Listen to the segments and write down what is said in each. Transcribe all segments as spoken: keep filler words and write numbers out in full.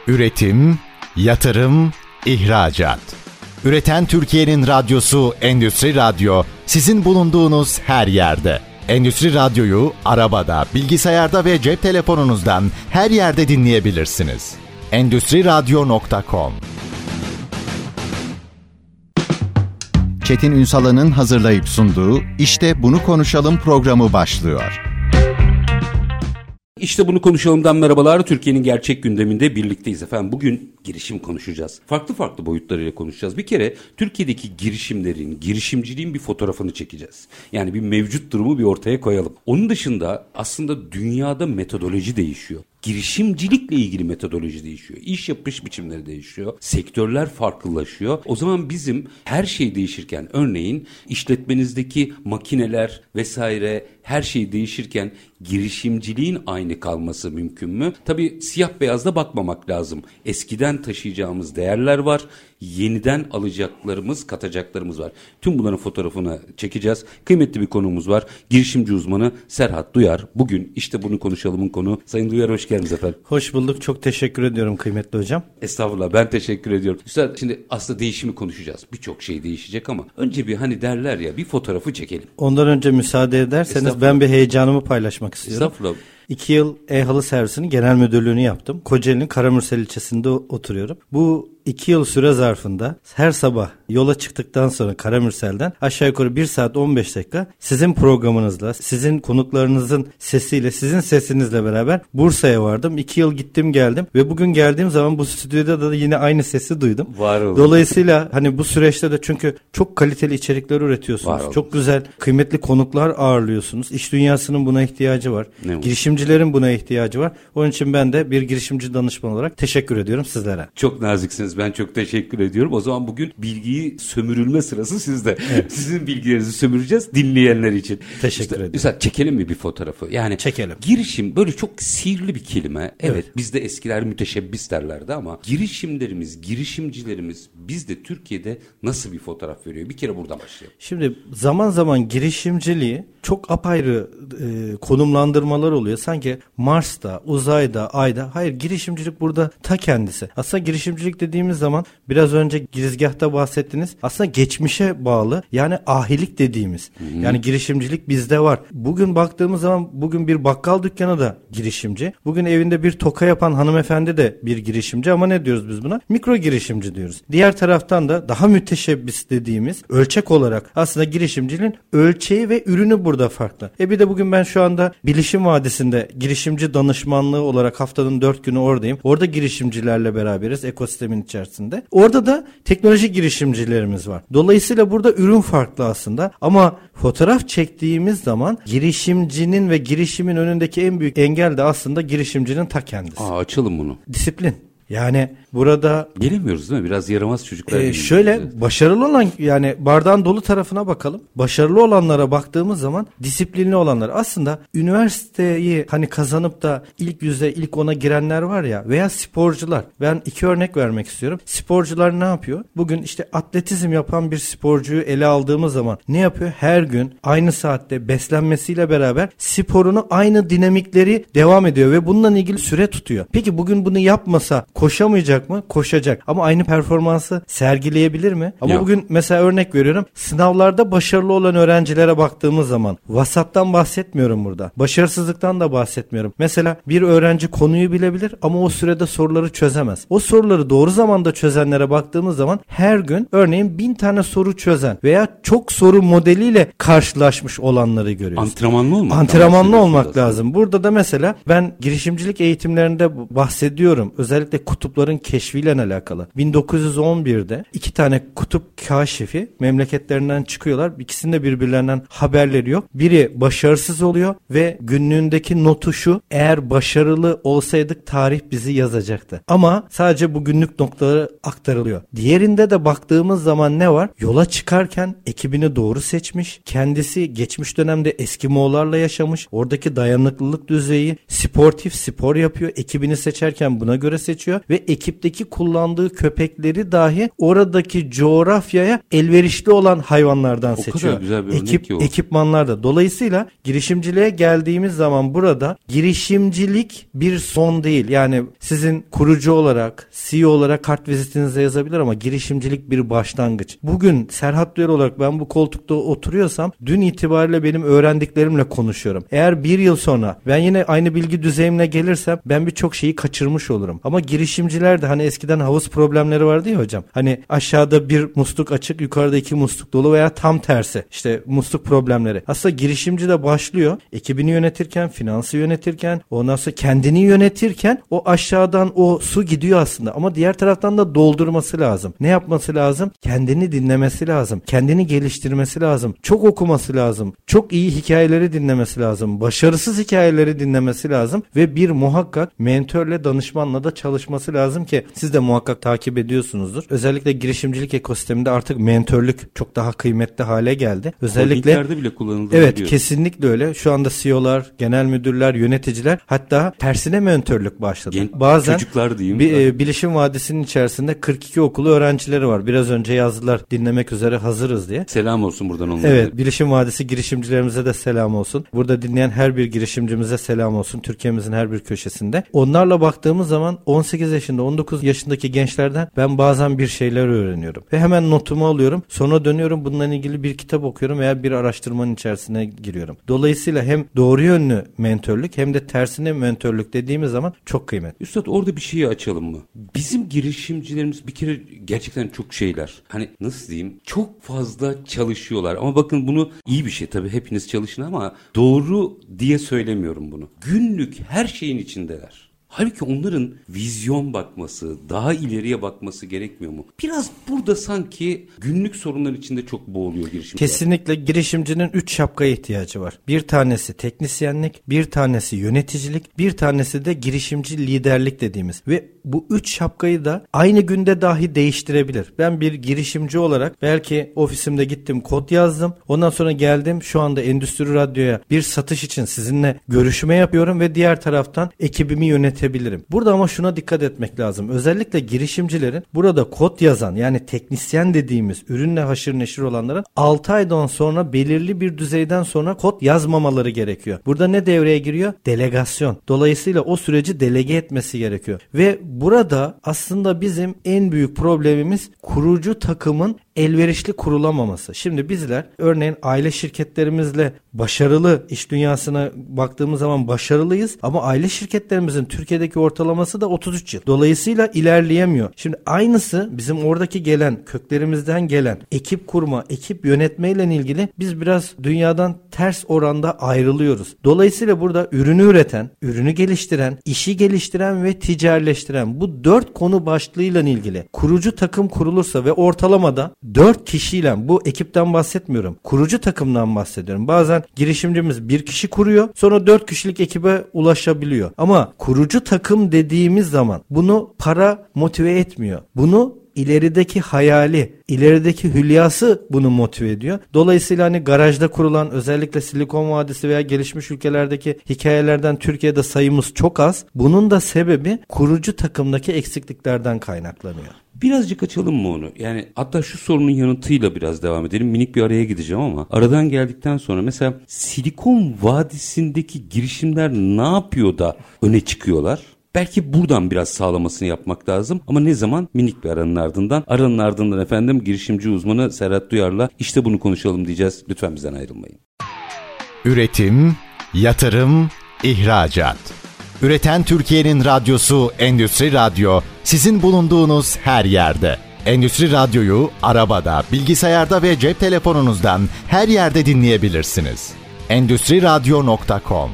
Üretim, yatırım, ihracat. Üreten Türkiye'nin radyosu Endüstri Radyo, sizin bulunduğunuz her yerde. Endüstri Radyo'yu arabada, bilgisayarda ve cep telefonunuzdan her yerde dinleyebilirsiniz. endüstri radyo nokta com. Çetin Ünsal'ın hazırlayıp sunduğu İşte Bunu Konuşalım programı başlıyor. İşte bunu konuşalımdan merhabalar. Türkiye'nin gerçek gündeminde birlikteyiz efendim. Bugün girişim konuşacağız. Farklı farklı boyutlarıyla konuşacağız. Bir kere Türkiye'deki girişimlerin, girişimciliğin bir fotoğrafını çekeceğiz. Yani bir mevcut durumu bir ortaya koyalım. Onun dışında aslında dünyada metodoloji değişiyor. Girişimcilikle ilgili metodoloji değişiyor. İş yapış biçimleri değişiyor. Sektörler farklılaşıyor. O zaman bizim her şey değişirken, örneğin işletmenizdeki makineler vesaire her şey değişirken girişimciliğin aynı kalması mümkün mü? Tabii siyah beyazda bakmamak lazım. Eskiden taşıyacağımız değerler var. Yeniden alacaklarımız, katacaklarımız var. Tüm bunların fotoğrafını çekeceğiz. Kıymetli bir konuğumuz var. Girişimci uzmanı Serhat Duyar. Bugün işte bunu konuşalımın konu. Sayın Duyar, hoş geldiniz efendim. Hoş bulduk. Çok teşekkür ediyorum kıymetli hocam. Estağfurullah, ben teşekkür ediyorum. Üstad, şimdi aslında değişimi konuşacağız. Birçok şey değişecek ama önce bir hani derler ya, bir fotoğrafı çekelim. Ondan önce müsaade ederseniz ben bir heyecanımı paylaşmak istiyorum. Estağfurullah. İki yıl E-Halı Servisi'nin genel müdürlüğünü yaptım. Kocaeli'nin Karamürsel ilçesinde oturuyorum. Bu iki yıl süre zarfında her sabah yola çıktıktan sonra Karamürsel'den aşağı yukarı bir saat on beş dakika sizin programınızla, sizin konuklarınızın sesiyle, sizin sesinizle beraber Bursa'ya vardım. İki yıl gittim geldim ve bugün geldiğim zaman bu stüdyoda da yine aynı sesi duydum. Var olun. Dolayısıyla hani bu süreçte de çünkü çok kaliteli içerikler üretiyorsunuz. Çok güzel, kıymetli konuklar ağırlıyorsunuz. İş dünyasının buna ihtiyacı var. Girişimcilerin buna ihtiyacı var. Onun için ben de bir girişimci danışman olarak teşekkür ediyorum sizlere. Çok naziksiniz. Ben çok teşekkür ediyorum. O zaman bugün bilgiyi sömürülme sırası sizde. Evet. Sizin bilgilerinizi sömüreceğiz dinleyenler için. Teşekkür işte, ederim. Mesela çekelim mi bir fotoğrafı? Yani çekelim. Girişim böyle çok sihirli bir kelime. Evet, evet. Bizde eskiler müteşebbis derlerdi ama girişimlerimiz, girişimcilerimiz bizde Türkiye'de nasıl bir fotoğraf veriyor? Bir kere buradan başlayalım. Şimdi zaman zaman girişimciliği çok apayrı e, konumlandırmalar oluyor. Sanki Mars'ta, uzayda, ayda. Hayır, girişimcilik burada ta kendisi. Aslında girişimcilik dediğimiz zaman biraz önce girizgahta bahsettiniz. Aslında geçmişe bağlı. Yani ahilik dediğimiz. Hı-hı. Yani girişimcilik bizde var. Bugün baktığımız zaman bugün bir bakkal dükkanı da girişimci. Bugün evinde bir toka yapan hanımefendi de bir girişimci ama ne diyoruz biz buna? Mikro girişimci diyoruz. Diğer taraftan da daha müteşebbis dediğimiz ölçek olarak aslında girişimciliğin ölçeği ve ürünü burada farklı. E bir de bugün ben şu anda Bilişim Vadisi'nde girişimci danışmanlığı olarak haftanın dört günü oradayım. Orada girişimcilerle beraberiz ekosistemin içerisinde. Orada da teknoloji girişimcilerimiz var. Dolayısıyla burada ürün farklı aslında ama fotoğraf çektiğimiz zaman girişimcinin ve girişimin önündeki en büyük engel de aslında girişimcinin ta kendisi. Aa, açalım bunu. Disiplin. Yani burada gelemiyoruz değil mi? Biraz yaramaz çocuklar. E, şöyle evet. Başarılı olan, yani bardağın dolu tarafına bakalım. Başarılı olanlara baktığımız zaman disiplinli olanlar. Aslında üniversiteyi hani kazanıp da ilk yüze, ilk ona girenler var ya, veya sporcular. Ben iki örnek vermek istiyorum. Sporcular ne yapıyor? Bugün işte atletizm yapan bir sporcuyu ele aldığımız zaman ne yapıyor? Her gün aynı saatte beslenmesiyle beraber sporunu aynı dinamikleri devam ediyor ve bununla ilgili süre tutuyor. Peki bugün bunu yapmasa koşamayacak mı? Koşacak. Ama aynı performansı sergileyebilir mi? Ama Yok. Bugün mesela örnek veriyorum. Sınavlarda başarılı olan öğrencilere baktığımız zaman vasattan bahsetmiyorum burada. Başarısızlıktan da bahsetmiyorum. Mesela bir öğrenci konuyu bilebilir ama o sürede soruları çözemez. O soruları doğru zamanda çözenlere baktığımız zaman her gün örneğin bin tane soru çözen veya çok soru modeliyle karşılaşmış olanları görüyoruz. Antrenmanlı olmak Antrenmanlı olmak lazım. Burada da mesela ben girişimcilik eğitimlerinde bahsediyorum. Özellikle kutupların keşfiyle alakalı. bin dokuz yüz on birde iki tane kutup kaşifi memleketlerinden çıkıyorlar. İkisinin de birbirlerinden haberleri yok. Biri başarısız oluyor ve günlüğündeki notu şu: eğer başarılı olsaydık tarih bizi yazacaktı. Ama sadece bu günlük notları aktarılıyor. Diğerinde de baktığımız zaman ne var? Yola çıkarken ekibini doğru seçmiş. Kendisi geçmiş dönemde Eskimoğullarla yaşamış. Oradaki dayanıklılık düzeyi, sportif spor yapıyor. Ekibini seçerken buna göre seçiyor. seçiyor ve ekipteki kullandığı köpekleri dahi oradaki coğrafyaya elverişli olan hayvanlardan o seçiyor. O kadar güzel bir örnek Ekip, ki o. Ekipmanlar da. Dolayısıyla girişimciliğe geldiğimiz zaman burada girişimcilik bir son değil. Yani sizin kurucu olarak, C E O olarak kartvizitinize yazabilir ama girişimcilik bir başlangıç. Bugün Serhat Duyar olarak ben bu koltukta oturuyorsam dün itibariyle benim öğrendiklerimle konuşuyorum. Eğer bir yıl sonra ben yine aynı bilgi düzeyimle gelirsem ben birçok şeyi kaçırmış olurum. Ama girişimciler de hani eskiden havuz problemleri vardı ya hocam. Hani aşağıda bir musluk açık, yukarıda iki musluk dolu veya tam tersi. İşte musluk problemleri. Aslında girişimci de başlıyor. Ekibini yönetirken, finansı yönetirken, ondan sonra kendini yönetirken o aşağıdan o su gidiyor aslında. Ama diğer taraftan da doldurması lazım. Ne yapması lazım? Kendini dinlemesi lazım. Kendini geliştirmesi lazım. Çok okuması lazım. Çok iyi hikayeleri dinlemesi lazım. Başarısız hikayeleri dinlemesi lazım. Ve bir muhakkak mentörle, danışmanla da çalışması lazım ki siz de muhakkak takip ediyorsunuzdur. Özellikle girişimcilik ekosisteminde artık mentörlük çok daha kıymetli hale geldi. Özellikle bile kullanılıyor. Evet, diyor. Kesinlikle öyle. Şu anda C E O'lar, genel müdürler, yöneticiler hatta tersine mentörlük başladı. Gen- Bazen çocuklar diyeyim. Bir, e, Bilişim Vadisi'nin içerisinde kırk iki okulu öğrencileri var. Biraz önce yazdılar, dinlemek üzere hazırız diye. Selam olsun buradan onlara. Evet, Bilişim Vadisi girişimcilerimize de selam olsun. Burada dinleyen her bir girişimcimize selam olsun. Türkiye'mizin her bir köşesinde. Onlarla baktığımız zaman on sekiz yaşında, on dokuz yaşındaki gençlerden ben bazen bir şeyler öğreniyorum. Ve hemen notumu alıyorum. Sonra dönüyorum, bununla ilgili bir kitap okuyorum veya bir araştırmanın içerisine giriyorum. Dolayısıyla hem doğru yönlü mentörlük hem de tersine mentörlük dediğimiz zaman çok kıymetli. Üstad, orada bir şeyi açalım mı? Bizim girişimcilerimiz bir kere gerçekten çok şeyler. Hani nasıl diyeyim? Çok fazla çalışıyorlar. Ama bakın, bunu iyi bir şey tabii, hepiniz çalışın ama doğru diye söylemiyorum bunu. Günlük her şeyin içindeler. Halbuki onların vizyon bakması, daha ileriye bakması gerekmiyor mu? Biraz burada sanki günlük sorunlar içinde çok boğuluyor girişimciler. Kesinlikle girişimcinin üç şapkaya ihtiyacı var. Bir tanesi teknisyenlik, bir tanesi yöneticilik, bir tanesi de girişimci liderlik dediğimiz. Ve bu üç şapkayı da aynı günde dahi değiştirebilir. Ben bir girişimci olarak belki ofisimde gittim, kod yazdım. Ondan sonra geldim, şu anda Endüstri Radyo'ya bir satış için sizinle görüşme yapıyorum ve diğer taraftan ekibimi yönetebilirim. Burada ama şuna dikkat etmek lazım. Özellikle girişimcilerin burada kod yazan, yani teknisyen dediğimiz ürünle haşır neşir olanların altı aydan sonra belirli bir düzeyden sonra kod yazmamaları gerekiyor. Burada ne devreye giriyor? Delegasyon. Dolayısıyla o süreci delege etmesi gerekiyor. Ve burada aslında bizim en büyük problemimiz kurucu takımın elverişli kurulamaması. Şimdi bizler örneğin aile şirketlerimizle başarılı iş dünyasına baktığımız zaman başarılıyız ama aile şirketlerimizin Türkiye'deki ortalaması da otuz üç yıl. Dolayısıyla ilerleyemiyor. Şimdi aynısı bizim oradaki gelen, köklerimizden gelen ekip kurma, ekip yönetmeyle ilgili biz biraz dünyadan ters oranda ayrılıyoruz. Dolayısıyla burada ürünü üreten, ürünü geliştiren, işi geliştiren ve ticarileştiren bu dört konu başlığıyla ilgili kurucu takım kurulursa ve ortalamada dört kişiyle, bu ekipten bahsetmiyorum, kurucu takımdan bahsediyorum. Bazen girişimcimiz bir kişi kuruyor, sonra dört kişilik ekibe ulaşabiliyor. Ama kurucu takım dediğimiz zaman bunu para motive etmiyor. Bunu ilerideki hayali, ilerideki hülyası bunu motive ediyor. Dolayısıyla hani garajda kurulan, özellikle Silikon Vadisi veya gelişmiş ülkelerdeki hikayelerden Türkiye'de sayımız çok az. Bunun da sebebi kurucu takımdaki eksikliklerden kaynaklanıyor. Birazcık açalım mı onu? Yani hatta şu sorunun yanıtıyla biraz devam edelim. Minik bir araya gideceğim ama aradan geldikten sonra mesela Silikon Vadisi'ndeki girişimler ne yapıyor da öne çıkıyorlar? Belki buradan biraz sağlamasını yapmak lazım. Ama ne zaman? Minik bir aranın ardından. Aranın ardından efendim girişimci uzmanı Serhat Duyar'la işte bunu konuşalım diyeceğiz. Lütfen bizden ayrılmayın. Üretim, yatırım, ihracat. Üreten Türkiye'nin radyosu Endüstri Radyo, sizin bulunduğunuz her yerde. Endüstri Radyo'yu arabada, bilgisayarda ve cep telefonunuzdan her yerde dinleyebilirsiniz. endüstri radyo nokta com.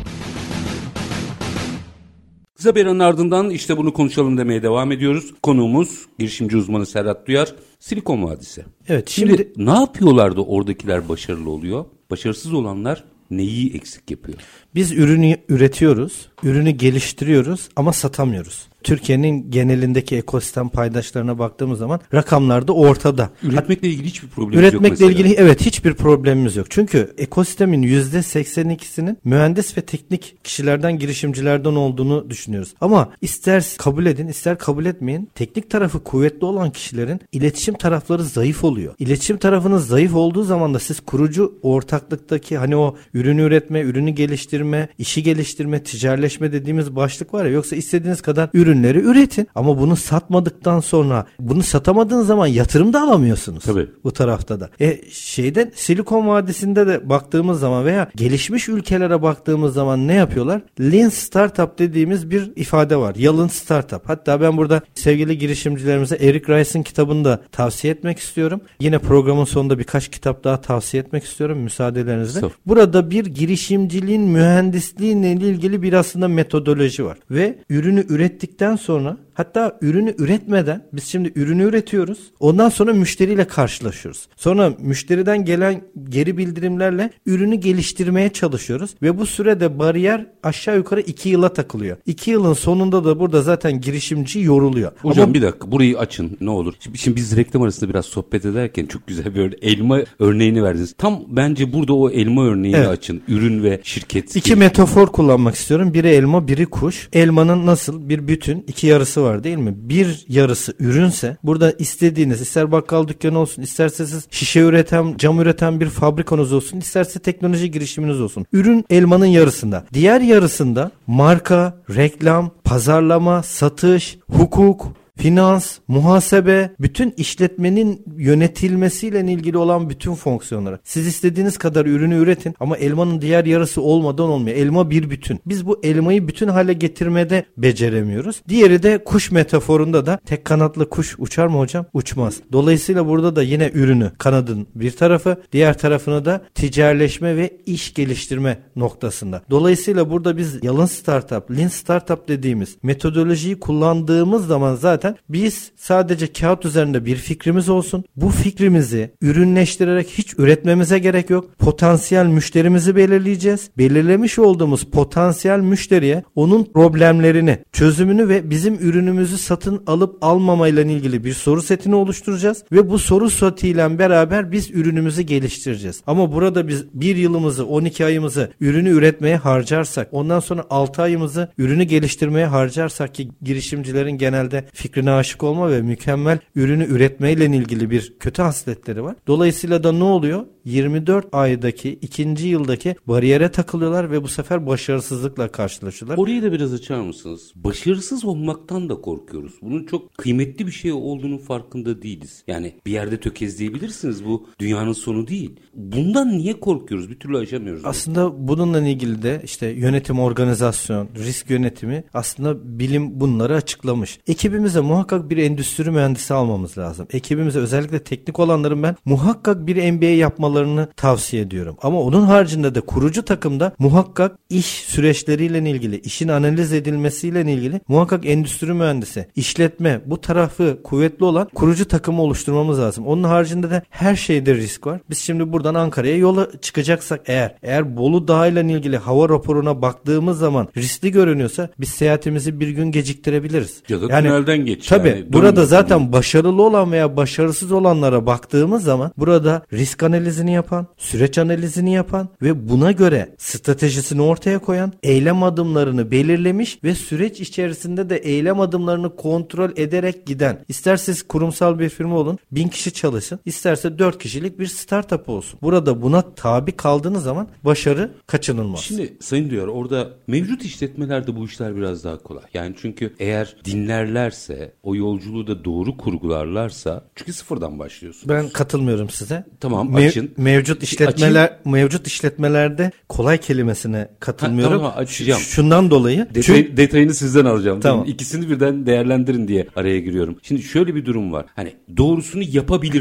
Kısa bir aranın ardından işte bunu konuşalım demeye devam ediyoruz. Konuğumuz girişimci uzmanı Serhat Duyar, Silikon Vadisi. Evet, şimdi, şimdi ne yapıyorlar da oradakiler başarılı oluyor? Başarısız olanlar neyi eksik yapıyor? Biz ürünü üretiyoruz, ürünü geliştiriyoruz ama satamıyoruz. Türkiye'nin genelindeki ekosistem paydaşlarına baktığımız zaman rakamlar da ortada. Üretmekle ilgili hiçbir problemimiz yok Üretmekle mesela. ilgili evet hiçbir problemimiz yok. Çünkü ekosistemin yüzde seksen ikisinin mühendis ve teknik kişilerden, girişimcilerden olduğunu düşünüyoruz. Ama ister kabul edin, ister kabul etmeyin, teknik tarafı kuvvetli olan kişilerin iletişim tarafları zayıf oluyor. İletişim tarafınız zayıf olduğu zaman da siz kurucu ortaklıktaki hani o ürünü üretme, ürünü geliştirme, işi geliştirme, ticaretleşme dediğimiz başlık var ya, yoksa istediğiniz kadar ürünleri üretin ama bunu satmadıktan sonra, bunu satamadığınız zaman yatırım da alamıyorsunuz. Tabii. Bu tarafta da. E şeyden Silikon Vadisi'nde de baktığımız zaman veya gelişmiş ülkelere baktığımız zaman ne yapıyorlar? Lean Startup dediğimiz bir ifade var. Yalın Startup. Hatta ben burada sevgili girişimcilerimize Eric Rice'ın kitabını da tavsiye etmek istiyorum. Yine programın sonunda birkaç kitap daha tavsiye etmek istiyorum müsaadelerinizle. So. Burada bir girişimciliğin mühendisliğiyle ilgili bir aslında metodoloji var. Ve ürünü ürettikten sonra, hatta ürünü üretmeden, biz şimdi ürünü üretiyoruz. Ondan sonra müşteriyle karşılaşıyoruz. Sonra müşteriden gelen geri bildirimlerle ürünü geliştirmeye çalışıyoruz. Ve bu sürede bariyer aşağı yukarı iki yıla takılıyor. iki yılın sonunda da burada zaten girişimci yoruluyor. Hocam Ama bir dakika, burayı açın ne olur. Şimdi, şimdi biz reklam arasında biraz sohbet ederken çok güzel bir elma örneğini verdiniz. Tam bence burada o elma örneğini evet. açın. Ürün ve şirket. İki metafor kullanmak istiyorum. Biri elma, biri kuş. Elmanın nasıl bir bütün, iki yarısı var değil mi? Bir yarısı ürünse, burada istediğiniz, ister bakkal dükkanı olsun, isterse siz şişe üreten, cam üreten bir fabrikanız olsun, isterse teknoloji girişiminiz olsun. Ürün elmanın yarısında. Diğer yarısında marka, reklam, pazarlama, satış, hukuk, finans, muhasebe, bütün işletmenin yönetilmesiyle ilgili olan bütün fonksiyonları. Siz istediğiniz kadar ürünü üretin ama elmanın diğer yarısı olmadan olmuyor. Elma bir bütün. Biz bu elmayı bütün hale getirmede beceremiyoruz. Diğeri de kuş metaforunda da tek kanatlı kuş uçar mı hocam? Uçmaz. Dolayısıyla burada da yine ürünü, kanadın bir tarafı, diğer tarafını da ticaretleşme ve iş geliştirme noktasında. Dolayısıyla burada biz yalın startup, lean startup dediğimiz metodolojiyi kullandığımız zaman zaten biz sadece kağıt üzerinde bir fikrimiz olsun. Bu fikrimizi ürünleştirerek hiç üretmemize gerek yok. Potansiyel müşterimizi belirleyeceğiz. Belirlemiş olduğumuz potansiyel müşteriye onun problemlerini, çözümünü ve bizim ürünümüzü satın alıp almamayla ilgili bir soru setini oluşturacağız ve bu soru setiyle beraber biz ürünümüzü geliştireceğiz. Ama burada biz bir yılımızı, on iki ayımızı ürünü üretmeye harcarsak, ondan sonra altı ayımızı ürünü geliştirmeye harcarsak, ki girişimcilerin genelde fikrine aşık olma ve mükemmel ürünü üretmeyle ilgili bir kötü hasletleri var. Dolayısıyla da ne oluyor? yirmi dört aydaki ikinci yıldaki bariyere takılıyorlar ve bu sefer başarısızlıkla karşılaşıyorlar. Orayı da biraz açar mısınız? Başarısız olmaktan da korkuyoruz. Bunun çok kıymetli bir şey olduğunun farkında değiliz. Yani bir yerde tökezleyebilirsiniz. Bu dünyanın sonu değil. Bundan niye korkuyoruz? Bir türlü aşamıyoruz. Aslında bununla ilgili de işte yönetim, organizasyon, risk yönetimi, aslında bilim bunları açıklamış. Ekibimize muhakkak bir endüstri mühendisi almamız lazım. Ekibimize, özellikle teknik olanların ben muhakkak bir M B A yapmalarını tavsiye ediyorum. Ama onun haricinde de kurucu takımda muhakkak iş süreçleriyle ilgili, işin analiz edilmesiyle ilgili muhakkak endüstri mühendisi, işletme, bu tarafı kuvvetli olan kurucu takımı oluşturmamız lazım. Onun haricinde de her şeyde risk var. Biz şimdi buradan Ankara'ya yola çıkacaksak eğer, eğer Bolu Dağı ile ilgili hava raporuna baktığımız zaman riskli görünüyorsa biz seyahatimizi bir gün geciktirebiliriz. Ya da yani, tünelden geç. Tabii yani, burada zaten başarılı olan veya başarısız olanlara baktığımız zaman burada risk analizini yapan, süreç analizini yapan ve buna göre stratejisini ortaya koyan, eylem adımlarını belirlemiş ve süreç içerisinde de eylem adımlarını kontrol ederek giden. İsterseniz kurumsal bir firma olun, bin kişi çalışsın, isterse dört kişilik bir startup olsun. Burada buna tabi kaldığınız zaman başarı kaçınılmaz. Şimdi Sayın Duyar, orada mevcut işletmelerde bu işler biraz daha kolay. Yani çünkü eğer dinlerlerse, o yolculuğu da doğru kurgularlarsa, çünkü sıfırdan başlıyorsunuz. Ben katılmıyorum size. Tamam, Mev- açın. Mevcut işletmeler açın. Mevcut işletmelerde kolay kelimesine katılmıyorum. Ha, tamam, açacağım. Ş- şundan dolayı. Detay, çünkü... Detayını sizden alacağım. Tamam. İkisini birden değerlendirin diye araya giriyorum. Şimdi şöyle bir durum var. Hani doğrusunu yapabilirsin.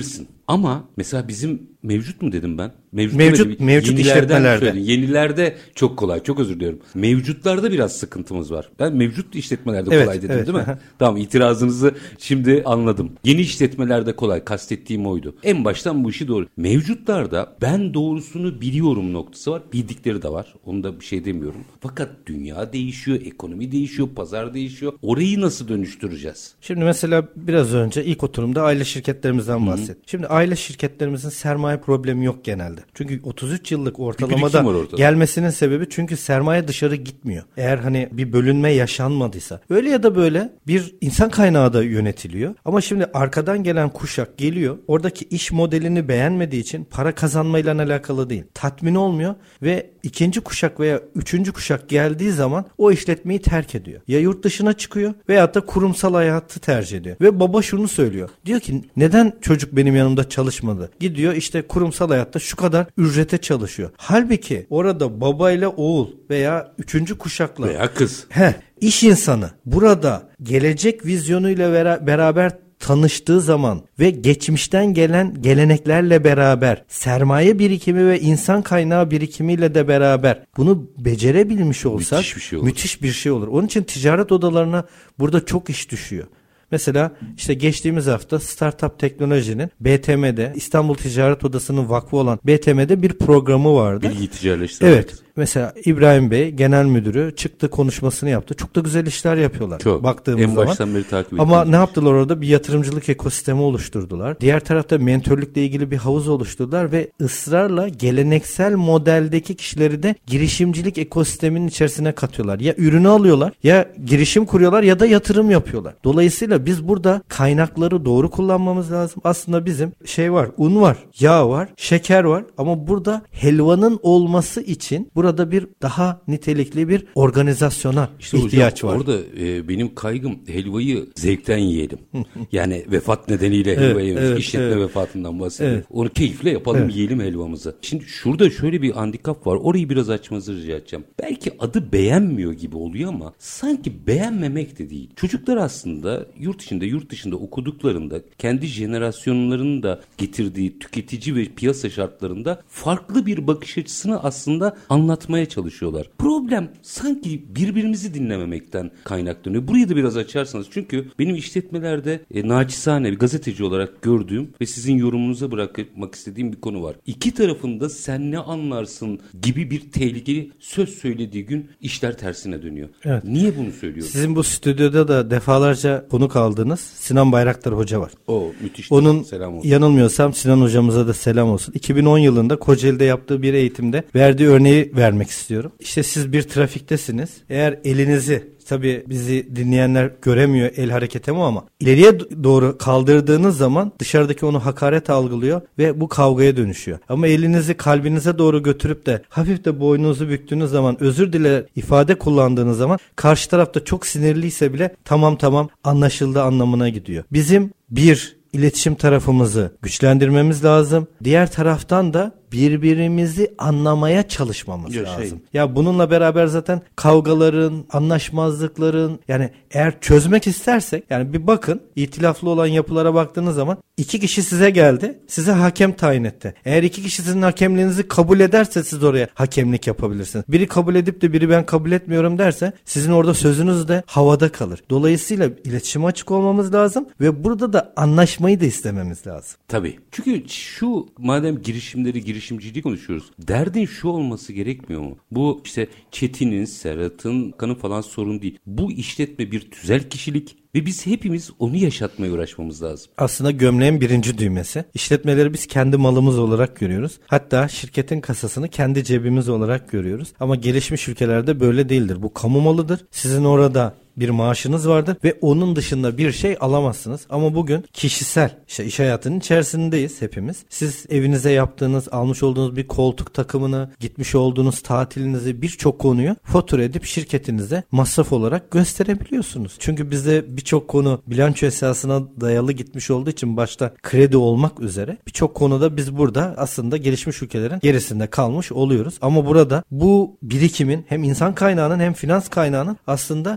Ama mesela bizim mevcut mu dedim ben? Mevcut, mevcut, mevcut işletmelerde. Söyledim. Yenilerde çok kolay. Çok özür diliyorum. Mevcutlarda biraz sıkıntımız var. Ben mevcut işletmelerde kolay evet, dedim evet. değil mi? Tamam, itirazınızı şimdi anladım. Yeni işletmelerde kolay. Kastettiğim oydu. En baştan bu işi doğru. Mevcutlarda ben doğrusunu biliyorum noktası var. Bildikleri de var. Onu da bir şey demiyorum. Fakat dünya değişiyor, ekonomi değişiyor, pazar değişiyor. Orayı nasıl dönüştüreceğiz? Şimdi mesela biraz önce ilk oturumda aile şirketlerimizden bahsettim. Şimdi aile şirketlerimizin sermaye problemi yok genelde. Çünkü otuz üç yıllık ortalamada gelmesinin sebebi çünkü sermaye dışarı gitmiyor. Eğer hani bir bölünme yaşanmadıysa. Öyle ya da böyle bir insan kaynağı da yönetiliyor. Ama şimdi arkadan gelen kuşak geliyor. Oradaki iş modelini beğenmediği için para kazanmayla alakalı değil. Tatmin olmuyor ve ikinci kuşak veya üçüncü kuşak geldiği zaman o işletmeyi terk ediyor. Ya yurt dışına çıkıyor veyahut da kurumsal hayatı tercih ediyor. Ve baba şunu söylüyor. Diyor ki neden çocuk benim yanımda çalışmadı? Gidiyor işte kurumsal hayatta şu kadar ücrete çalışıyor. Halbuki orada babayla oğul veya üçüncü kuşakla veya kız. He, iş insanı burada gelecek vizyonuyla vera- beraber tanıştığı zaman ve geçmişten gelen geleneklerle beraber sermaye birikimi ve insan kaynağı birikimiyle de beraber bunu becerebilmiş olsak müthiş bir şey olur. Müthiş bir şey olur. Onun için ticaret odalarına burada çok iş düşüyor. Mesela işte geçtiğimiz hafta Startup Teknoloji'nin B T M'de İstanbul Ticaret Odası'nın vakfı olan B T M'de bir programı vardı. Bilgi ticaretleştirmek. Evet. Mesela İbrahim Bey genel müdürü çıktı konuşmasını yaptı. Çok da güzel işler yapıyorlar. Çok. Baktığımız en zaman. baştan beri takip Ama ne yaptılar orada? Bir yatırımcılık ekosistemi oluşturdular. Diğer tarafta mentörlükle ilgili bir havuz oluşturdular ve ısrarla geleneksel modeldeki kişileri de girişimcilik ekosisteminin içerisine katıyorlar. Ya ürünü alıyorlar, ya girişim kuruyorlar ya da yatırım yapıyorlar. Dolayısıyla biz burada kaynakları doğru kullanmamız lazım. Aslında bizim şey var, un var, yağ var, şeker var ama burada helvanın olması için burada bir daha nitelikli bir organizasyona işte ihtiyaç hocam, var. Orada e, benim kaygım helvayı zevkten yiyelim. Yani vefat nedeniyle evet, helva yemiş. evet, İşletme evet. vefatından bahsediyorum. Evet. Onu keyifle yapalım, evet. Yiyelim helvamızı. Şimdi şurada şöyle bir handikap var. Orayı biraz açmanızı rica edeceğim. Belki adı beğenmiyor gibi oluyor ama sanki beğenmemek de değil. Çocuklar aslında yurt içinde, yurt dışında okuduklarında kendi jenerasyonlarının da getirdiği tüketici ve piyasa şartlarında farklı bir bakış açısını aslında anlatmaya çalışıyorlar. Problem sanki birbirimizi dinlememekten kaynaklanıyor. Burayı da biraz açarsanız, çünkü benim işletmelerde e, naçizane bir gazeteci olarak gördüğüm ve sizin yorumunuza bırakmak istediğim bir konu var. İki tarafında sen ne anlarsın gibi bir tehlikeli söz söylediği gün işler tersine dönüyor. Evet. Niye bunu söylüyorum? Sizin bu stüdyoda da defalarca konuk aldınız. Sinan Bayraktar Hoca var. O müthiş. Onun selam olsun. Yanılmıyorsam Sinan hocamıza da selam olsun. iki bin on yılında Kocaeli'de yaptığı bir eğitimde verdiği örneği vermek istiyorum. İşte siz bir trafiktesiniz. Eğer elinizi, tabii bizi dinleyenler göremiyor el hareketimi ama ileriye doğru kaldırdığınız zaman dışarıdaki onu hakaret algılıyor ve bu kavgaya dönüşüyor. Ama elinizi kalbinize doğru götürüp de hafif de boynunuzu büktüğünüz zaman, özür diler ifade kullandığınız zaman karşı tarafta çok sinirliyse bile tamam tamam anlaşıldı anlamına gidiyor. Bizim bir iletişim tarafımızı güçlendirmemiz lazım. Diğer taraftan da birbirimizi anlamaya çalışmamız ya lazım. Şey. Ya bununla beraber zaten kavgaların, anlaşmazlıkların, yani eğer çözmek istersek, yani bir bakın itilaflı olan yapılara baktığınız zaman iki kişi size geldi, size hakem tayin etti. Eğer iki kişi sizin hakemliğinizi kabul ederse siz oraya hakemlik yapabilirsiniz. Biri kabul edip de biri ben kabul etmiyorum derse sizin orada sözünüz de havada kalır. Dolayısıyla iletişime açık olmamız lazım ve burada da anlaşmayı da istememiz lazım. Tabii. Çünkü şu madem girişimleri, girişimciliği konuşuyoruz. Derdin şu olması gerekmiyor mu? Bu işte Çetin'in, Serhat'ın, Kan'ın falan sorun değil. Bu işletme bir tüzel kişilik ve biz hepimiz onu yaşatmaya uğraşmamız lazım. Aslında gömleğin birinci düğmesi. İşletmeleri biz kendi malımız olarak görüyoruz. Hatta şirketin kasasını kendi cebimiz olarak görüyoruz. Ama gelişmiş ülkelerde böyle değildir. Bu kamu malıdır. Sizin orada bir maaşınız vardır ve onun dışında bir şey alamazsınız. Ama bugün kişisel işte iş hayatının içerisindeyiz hepimiz. Siz evinize yaptığınız, almış olduğunuz bir koltuk takımını, gitmiş olduğunuz tatilinizi, birçok konuyu fatura edip şirketinize masraf olarak gösterebiliyorsunuz. Çünkü bizde birçok konu bilanço esasına dayalı gitmiş olduğu için, başta kredi olmak üzere birçok konuda biz burada aslında gelişmiş ülkelerin gerisinde kalmış oluyoruz. Ama burada bu birikimin hem insan kaynağının hem finans kaynağının aslında toplu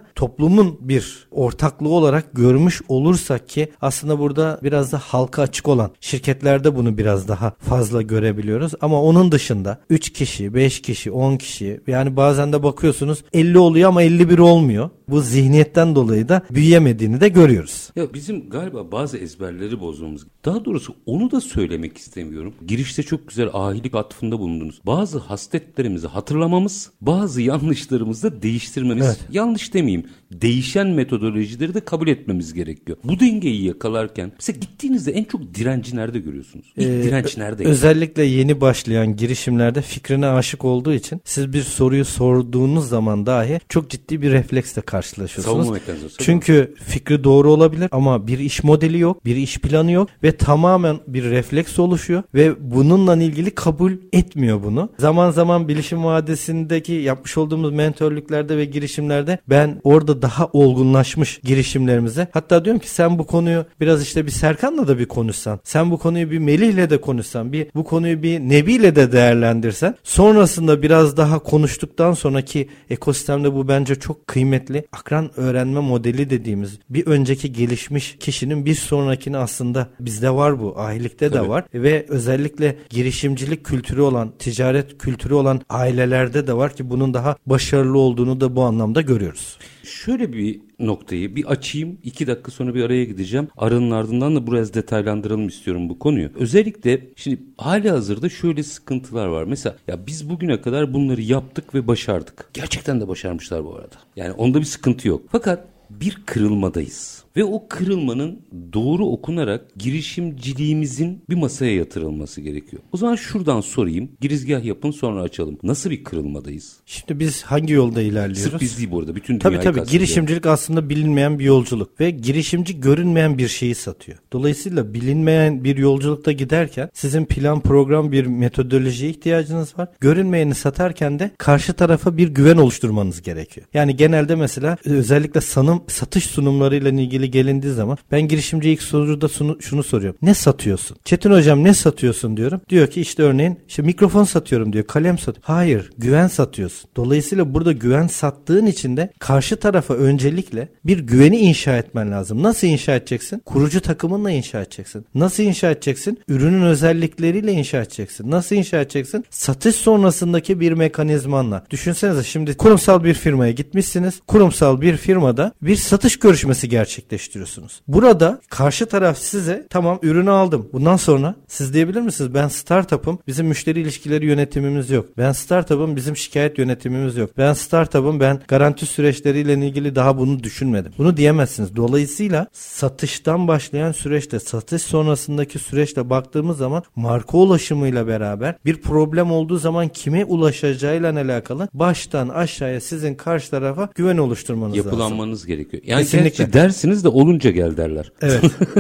toplumun bir ortaklığı olarak görmüş olursak ki aslında burada biraz da halka açık olan şirketlerde bunu biraz daha fazla görebiliyoruz. Ama onun dışında üç kişi, beş kişi, on kişi, yani bazen de bakıyorsunuz elli oluyor ama elli bir olmuyor. Bu zihniyetten dolayı da büyüyemediğini de görüyoruz. Ya bizim galiba bazı ezberleri bozmamız. Daha doğrusu onu da söylemek istemiyorum. Girişte çok güzel ahilik atfında bulundunuz. Bazı hasletlerimizi hatırlamamız, bazı yanlışlarımızı da değiştirmemiz. Evet. Yanlış demeyeyim. Değişen metodolojileri de kabul etmemiz gerekiyor. Bu dengeyi yakalarken mesela gittiğinizde en çok direnci nerede görüyorsunuz? İlk ee, direnç nerede? Özellikle yeni başlayan girişimlerde fikrine aşık olduğu için siz bir soruyu sorduğunuz zaman dahi çok ciddi bir refleksle karşılaşıyorsunuz. Savunma mekanizması. Çünkü fikri doğru olabilir ama bir iş modeli yok, bir iş planı yok ve tamamen bir refleks oluşuyor ve bununla ilgili kabul etmiyor bunu. Zaman zaman Bilişim Vadisi'ndeki yapmış olduğumuz mentörlüklerde ve girişimlerde ben orada daha olgunlaşmış girişimlerimize, hatta diyorum ki sen bu konuyu biraz işte bir Serkan'la da bir konuşsan, sen bu konuyu bir Melih'le de konuşsan, bir bu konuyu bir Nebi'yle de değerlendirsen, sonrasında biraz daha konuştuktan sonraki ekosistemde bu bence çok kıymetli. Akran öğrenme modeli dediğimiz bir önceki gelişmiş kişinin bir sonrakini aslında bizde var bu. Ahilikte de var ve özellikle girişimcilik kültürü olan, ticaret kültürü olan ailelerde de var ki bunun daha başarılı olduğunu da bu anlamda görüyoruz. Şöyle bir noktayı bir açayım. iki dakika sonra bir araya gideceğim. Aranın ardından da biraz detaylandıralım istiyorum bu konuyu. Özellikle şimdi hali hazırda şöyle sıkıntılar var. Mesela ya biz bugüne kadar bunları yaptık ve başardık. Gerçekten de başarmışlar bu arada. Yani onda bir sıkıntı yok. Fakat bir kırılmadayız. Ve o kırılmanın doğru okunarak girişimciliğimizin bir masaya yatırılması gerekiyor. O zaman şuradan sorayım. Girizgah yapın sonra açalım. Nasıl bir kırılmadayız? Şimdi biz hangi yolda ilerliyoruz? Sırf biz değil bu arada. Bütün dünyayı Tabii tabii. Girişimcilik aslında bilinmeyen bir yolculuk. Ve girişimci görünmeyen bir şeyi satıyor. Dolayısıyla bilinmeyen bir yolculukta giderken sizin plan, program, bir metodolojiye ihtiyacınız var. Görünmeyeni satarken de karşı tarafa bir güven oluşturmanız gerekiyor. Yani genelde mesela özellikle sanım, satış sunumlarıyla ilgili gelindiği zaman ben girişimciye ilk soruda şunu, şunu soruyorum. Ne satıyorsun? Çetin hocam ne satıyorsun diyorum. Diyor ki işte örneğin işte mikrofon satıyorum diyor. Kalem satıyorum. Hayır, güven satıyorsun. Dolayısıyla burada güven sattığın için de karşı tarafa öncelikle bir güveni inşa etmen lazım. Nasıl inşa edeceksin? Kurucu takımınla inşa edeceksin. Nasıl inşa edeceksin? Ürünün özellikleriyle inşa edeceksin. Nasıl inşa edeceksin? Satış sonrasındaki bir mekanizmanla. Düşünsenize şimdi kurumsal bir firmaya gitmişsiniz. Kurumsal bir firmada bir satış görüşmesi gerçekleştiriyorsunuz. Burada karşı taraf size tamam ürünü aldım. Bundan sonra siz diyebilir misiniz? Ben startup'ım. Bizim müşteri ilişkileri yönetimimiz yok. Ben startup'ım. Bizim şikayet yönetimimiz yok. Ben startup'ım. Ben garanti süreçleriyle ilgili daha bunu düşünmedim. Bunu diyemezsiniz. Dolayısıyla satıştan başlayan süreçte, satış sonrasındaki süreçte baktığımız zaman marka ulaşımıyla beraber bir problem olduğu zaman kime ulaşacağıyla alakalı baştan aşağıya sizin karşı tarafa güven oluşturmanız lazım. Yapılanmanız gerekiyor. Yani kesinlikle dersiniz de olunca gel derler. Evet.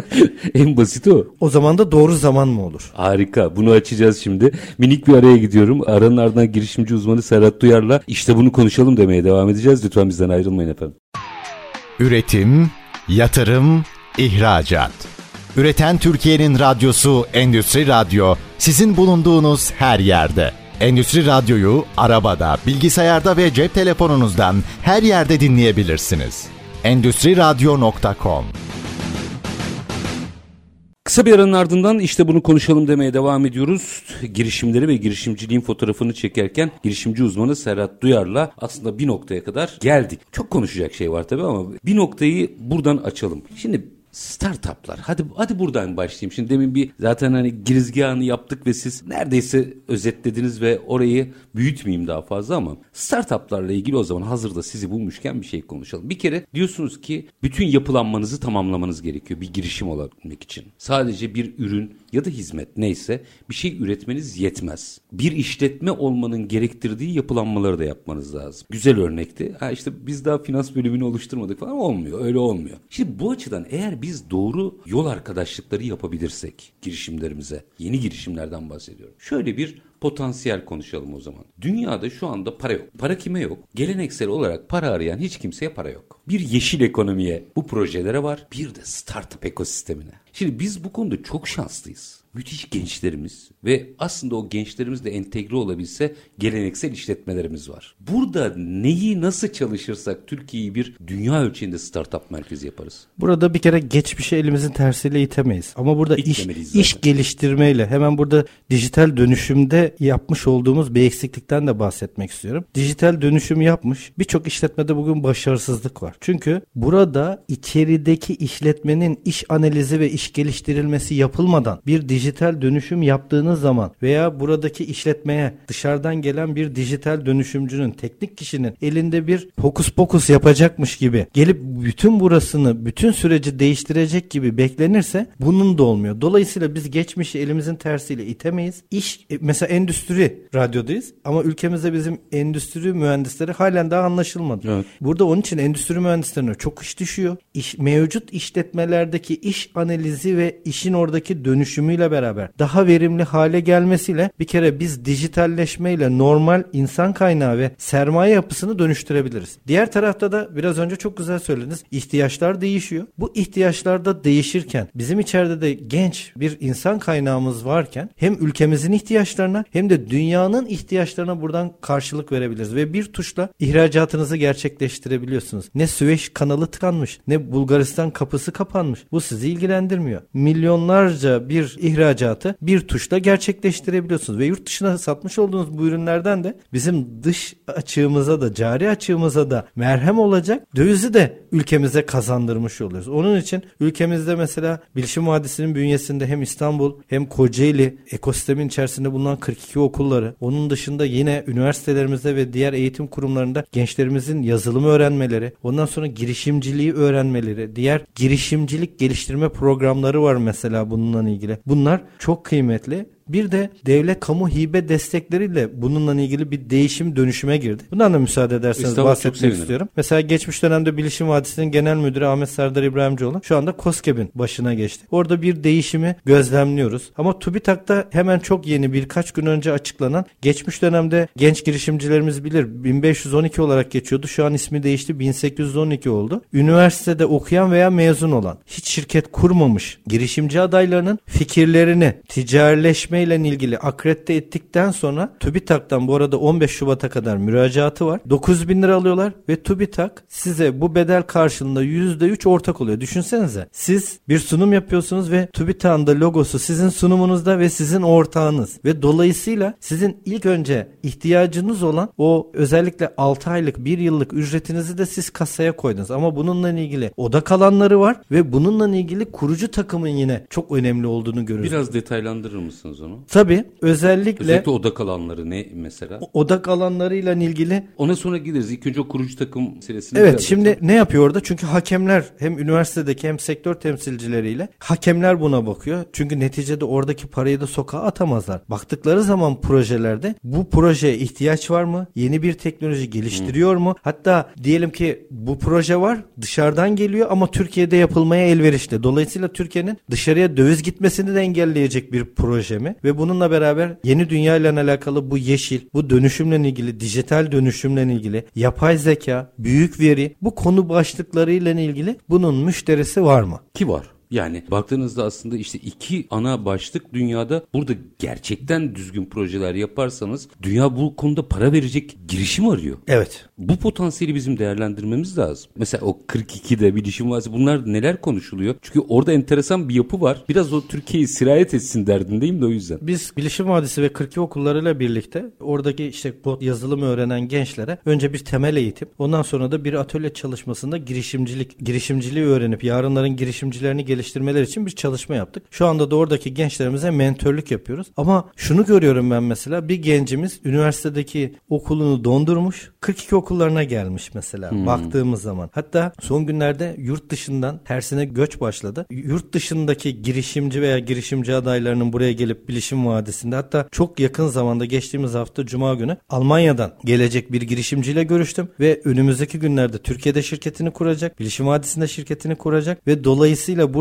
En basit o. O zaman da doğru zaman mı olur? Harika. Bunu açacağız şimdi. Minik bir araya gidiyorum. Aranın ardından girişimci uzmanı Serhat Duyar'la işte bunu konuşalım demeye devam edeceğiz. Lütfen bizden ayrılmayın efendim. Üretim, yatırım, ihracat. Üreten Türkiye'nin radyosu Endüstri Radyo sizin bulunduğunuz her yerde. Endüstri Radyo'yu arabada, bilgisayarda ve cep telefonunuzdan her yerde dinleyebilirsiniz. endüstri radyo nokta com. Kısa bir aranın ardından işte bunu konuşalım demeye devam ediyoruz. Girişimleri ve girişimciliğin fotoğrafını çekerken girişimci uzmanı Serhat Duyar'la aslında bir noktaya kadar geldik. Çok konuşacak şey var tabii ama bir noktayı buradan açalım. Şimdi startuplar. Hadi hadi buradan başlayayım. Şimdi demin bir zaten hani girizgahını yaptık ve siz neredeyse özetlediniz ve orayı büyütmeyeyim daha fazla ama startuplarla ilgili o zaman hazırda sizi bulmuşken bir şey konuşalım. Bir kere diyorsunuz ki bütün yapılanmanızı tamamlamanız gerekiyor bir girişim olabilmek için. Sadece bir ürün ya da hizmet neyse bir şey üretmeniz yetmez. Bir işletme olmanın gerektirdiği yapılanmaları da yapmanız lazım. Güzel örnekti. Ha işte biz daha finans bölümünü oluşturmadık falan, olmuyor. Öyle olmuyor. Şimdi bu açıdan eğer biz doğru yol arkadaşlıkları yapabilirsek girişimlerimize, yeni girişimlerden bahsediyorum. Şöyle bir potansiyel konuşalım o zaman. Dünyada şu anda para yok. Para kime yok? Geleneksel olarak para arayan hiç kimseye para yok. Bir yeşil ekonomiye, bu projelere var. Bir de startup ekosistemine. Şimdi biz bu konuda çok şanslıyız. Müthiş gençlerimiz ve aslında o gençlerimizle entegre olabilse geleneksel işletmelerimiz var. Burada neyi nasıl çalışırsak Türkiye'yi bir dünya ölçeğinde startup merkezi yaparız. Burada bir kere geçmişi elimizin tersiyle itemeyiz. Ama burada iş, iş geliştirmeyle hemen burada dijital dönüşümde yapmış olduğumuz bir eksiklikten de bahsetmek istiyorum. Dijital dönüşüm yapmış birçok işletmede bugün başarısızlık var. Çünkü burada içerideki işletmenin iş analizi ve iş geliştirilmesi yapılmadan bir dijital dijital dönüşüm yaptığınız zaman veya buradaki işletmeye dışarıdan gelen bir dijital dönüşümcünün, teknik kişinin elinde bir hokus pokus yapacakmış gibi gelip bütün burasını, bütün süreci değiştirecek gibi beklenirse bunun da olmuyor. Dolayısıyla biz geçmişi elimizin tersiyle itemeyiz. İş, mesela endüstri radyodayız ama ülkemizde bizim endüstri mühendisleri halen daha anlaşılmadı. Evet. Burada onun için endüstri mühendislerine çok iş düşüyor. İş, mevcut işletmelerdeki iş analizi ve işin oradaki dönüşümüyle beraber daha verimli hale gelmesiyle bir kere biz dijitalleşmeyle normal insan kaynağı ve sermaye yapısını dönüştürebiliriz. Diğer tarafta da biraz önce çok güzel söylediniz. İhtiyaçlar değişiyor. Bu ihtiyaçlar da değişirken bizim içeride de genç bir insan kaynağımız varken hem ülkemizin ihtiyaçlarına hem de dünyanın ihtiyaçlarına buradan karşılık verebiliriz ve bir tuşla ihracatınızı gerçekleştirebiliyorsunuz. Ne Süveyş kanalı tıkanmış, ne Bulgaristan kapısı kapanmış. Bu sizi ilgilendirmiyor. Milyonlarca bir ihracatı bir tuşla gerçekleştirebiliyorsunuz ve yurt dışına satmış olduğunuz bu ürünlerden de bizim dış açığımıza da cari açığımıza da merhem olacak dövizi de ülkemize kazandırmış oluyoruz. Onun için ülkemizde mesela Bilişim Vadisi'nin bünyesinde hem İstanbul hem Kocaeli ekosistemin içerisinde bulunan kırk iki okulları, onun dışında yine üniversitelerimizde ve diğer eğitim kurumlarında gençlerimizin yazılımı öğrenmeleri, ondan sonra girişimciliği öğrenmeleri, diğer girişimcilik geliştirme programları var mesela bununla ilgili. Bunlar çok kıymetli. Bir de devlet kamu hibe destekleriyle bununla ilgili bir değişim dönüşüme girdi. Bundan da müsaade ederseniz İstanbul bahsetmek istiyorum. Mesela geçmiş dönemde Bilişim Vadisi'nin genel müdürü Ahmet Serdar İbrahimcioğlu şu anda KOSGEB'in başına geçti. Orada bir değişimi gözlemliyoruz. Ama TÜBİTAK'ta hemen çok yeni birkaç gün önce açıklanan geçmiş dönemde genç girişimcilerimiz bilir bin beş yüz on iki olarak geçiyordu. Şu an ismi değişti bin sekiz yüz on iki oldu. Üniversitede okuyan veya mezun olan hiç şirket kurmamış girişimci adaylarının fikirlerini ticarileşme ile ilgili akredite ettikten sonra TÜBİTAK'tan bu arada on beş Şubat'a kadar müracaatı var. dokuz bin lira alıyorlar ve TÜBİTAK size bu bedel karşılığında yüzde üç ortak oluyor. Düşünsenize siz bir sunum yapıyorsunuz ve TÜBİTAK'ın da logosu sizin sunumunuzda ve sizin ortağınız ve dolayısıyla sizin ilk önce ihtiyacınız olan o özellikle altı aylık bir yıllık ücretinizi de siz kasaya koydunuz. Ama bununla ilgili odak alanları var ve bununla ilgili kurucu takımın yine çok önemli olduğunu görüyoruz. Biraz detaylandırır mısınız onu? Tabii özellikle özellikle odak alanları ne mesela? Odak alanlarıyla ilgili. Ona sonra gideriz. İlk önce o kurucu takım meselesine. Evet, şimdi bakalım. Ne yapıyor orada? Çünkü hakemler hem üniversitedeki hem sektör temsilcileriyle hakemler buna bakıyor. Çünkü neticede oradaki parayı da sokağa atamazlar. Baktıkları zaman projelerde bu projeye ihtiyaç var mı? Yeni bir teknoloji geliştiriyor hmm. mu? Hatta diyelim ki bu proje var, dışarıdan geliyor ama Türkiye'de yapılmaya elverişli. Dolayısıyla Türkiye'nin dışarıya döviz gitmesini de engelleyecek bir proje mi? Ve bununla beraber yeni dünya ile alakalı bu yeşil, bu dönüşümle ilgili, dijital dönüşümle ilgili, yapay zeka, büyük veri, bu konu başlıklarıyla ilgili bunun müşterisi var mı? Ki var. Yani baktığınızda aslında işte iki ana başlık dünyada, burada gerçekten düzgün projeler yaparsanız dünya bu konuda para verecek girişim arıyor. Evet. Bu potansiyeli bizim değerlendirmemiz lazım. Mesela o kırk ikide Bilişim Vadisi, bunlar neler konuşuluyor? Çünkü orada enteresan bir yapı var. Biraz o Türkiye'yi sirayet etsin derdindeyim de o yüzden. Biz Bilişim Vadisi ve kırk iki okullarıyla birlikte oradaki işte yazılımı öğrenen gençlere önce bir temel eğitim, ondan sonra da bir atölye çalışmasında girişimcilik, girişimciliği öğrenip yarınların girişimcilerini geliştirmeler için bir çalışma yaptık. Şu anda da oradaki gençlerimize mentörlük yapıyoruz. Ama şunu görüyorum ben mesela, bir gencimiz üniversitedeki okulunu dondurmuş, kırk iki okullarına gelmiş mesela hmm. baktığımız zaman. Hatta son günlerde yurt dışından tersine göç başladı. Yurt dışındaki girişimci veya girişimci adaylarının buraya gelip Bilişim Vadisi'nde, hatta çok yakın zamanda geçtiğimiz hafta Cuma günü Almanya'dan gelecek bir girişimciyle görüştüm ve önümüzdeki günlerde Türkiye'de şirketini kuracak, Bilişim Vadisi'nde şirketini kuracak ve dolayısıyla bu